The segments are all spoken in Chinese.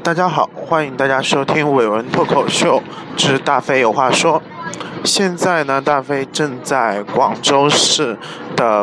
大家好，欢迎大家收听伟文脱口秀之大飞有话说。现在呢，大飞正在广州市的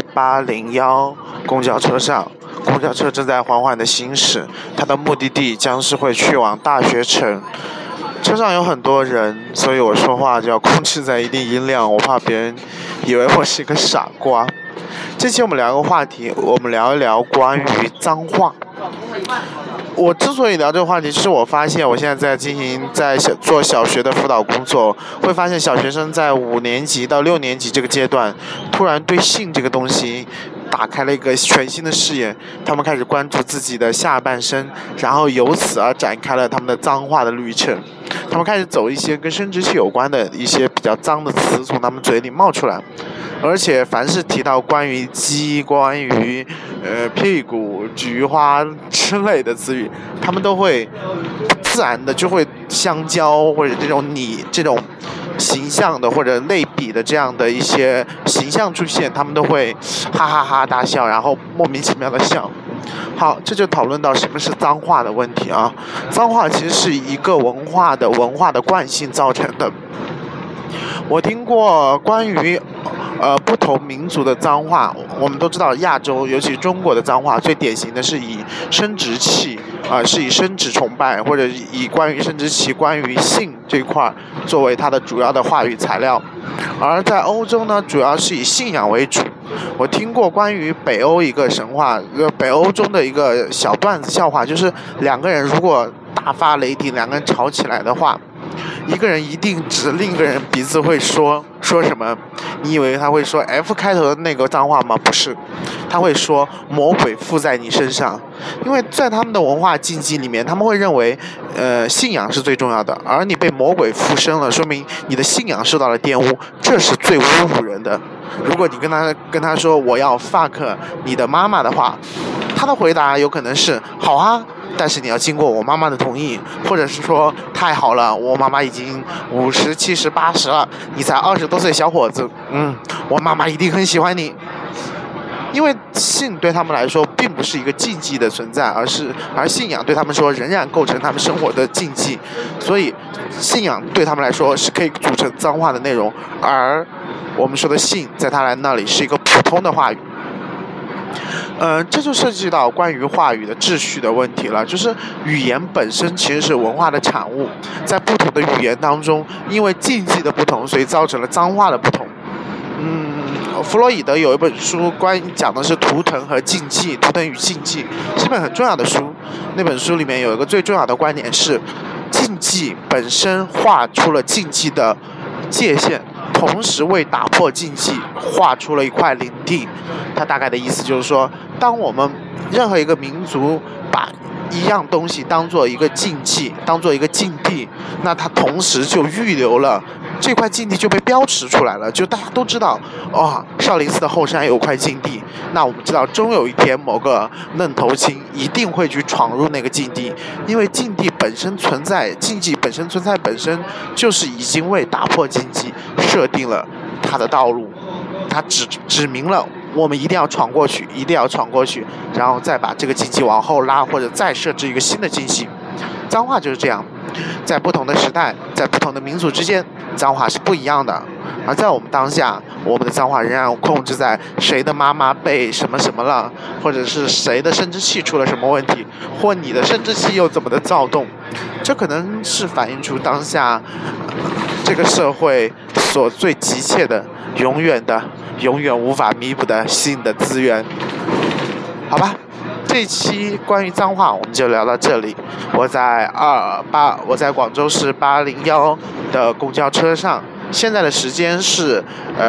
801公交车上，公交车正在缓缓的行驶，它的目的地将是会去往大学城。车上有很多人，所以我说话就要控制在一定音量，我怕别人以为我是一个傻瓜。这期我们聊个话题，我们聊一聊关于脏话。我之所以聊这个话题，是我发现我现在在做小学的辅导工作，会发现小学生在5年级到6年级这个阶段，突然对性这个东西打开了一个全新的视野，他们开始关注自己的下半身，然后由此而展开了他们的脏话的旅程。他们开始走一些跟生殖器有关的一些比较脏的词从他们嘴里冒出来，而且凡是提到关于鸡、关于屁股、菊花之类的词语，他们都会自然的就会香蕉或者这种形象的或者类比的这样的一些形象出现，他们都会哈哈哈大笑，然后莫名其妙的笑。好，这就讨论到什么是脏话的问题啊。脏话其实是一个文化的惯性造成的。我听过关于不同民族的脏话，我们都知道亚洲尤其中国的脏话最典型的是以生殖器是以生殖崇拜或者以关于生殖器关于性这一块作为它的主要的话语材料，而在欧洲呢主要是以信仰为主。我听过关于北欧一个神话，北欧中的一个小段子笑话，就是两个人如果大发雷霆，两个人吵起来的话，一个人一定指另一个人鼻子会说什么？你以为他会说 F 开头的那个脏话吗？不是，他会说魔鬼附在你身上。因为在他们的文化禁忌里面，他们会认为信仰是最重要的，而你被魔鬼附身了，说明你的信仰受到了玷污，这是最侮辱人的。如果你跟他说我要 fuck 你的妈妈的话，他的回答有可能是好啊，但是你要经过我妈妈的同意，或者是说太好了，我妈妈已经50、70、80了，你才20多岁小伙子，我妈妈一定很喜欢你。因为性对他们来说并不是一个禁忌的存在，而信仰对他们说仍然构成他们生活的禁忌，所以信仰对他们来说是可以组成脏话的内容，而我们说的性在他那里是一个普通的话语。这就涉及到关于话语的秩序的问题了，就是语言本身其实是文化的产物，在不同的语言当中，因为禁忌的不同，所以造成了脏话的不同。弗洛伊德有一本书讲的是图腾和禁忌，图腾与禁忌是一本很重要的书。那本书里面有一个最重要的观点是，禁忌本身画出了禁忌的界限，同时为打破禁忌画出了一块领地。它大概的意思就是说，当我们任何一个民族把一样东西当做一个禁忌，当做一个禁地，那它同时就预留了这块禁地，就被标识出来了，就大家都知道少林寺的后山有块禁地，那我们知道终有一天某个愣头青一定会去闯入那个禁地，因为禁地本身存在，禁忌本身存在，本身就是已经为打破禁忌设定了它的道路，它指明了我们一定要闯过去，然后再把这个禁忌往后拉，或者再设置一个新的禁忌。脏话就是这样，在不同的时代，在不同的民族之间，脏话是不一样的。而在我们当下，我们的脏话仍然控制在谁的妈妈被什么什么了，或者是谁的生殖器出了什么问题，或你的生殖器又怎么的躁动。这可能是反映出当下这个社会所最急切的、永远无法弥补的性的资源。好吧，这一期关于脏话我们就聊到这里。我在广州市801的公交车上，现在的时间是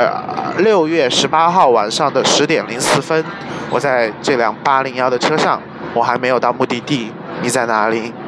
6月18号晚上的10点04分。我在这辆801的车上，我还没有到目的地，你在哪里？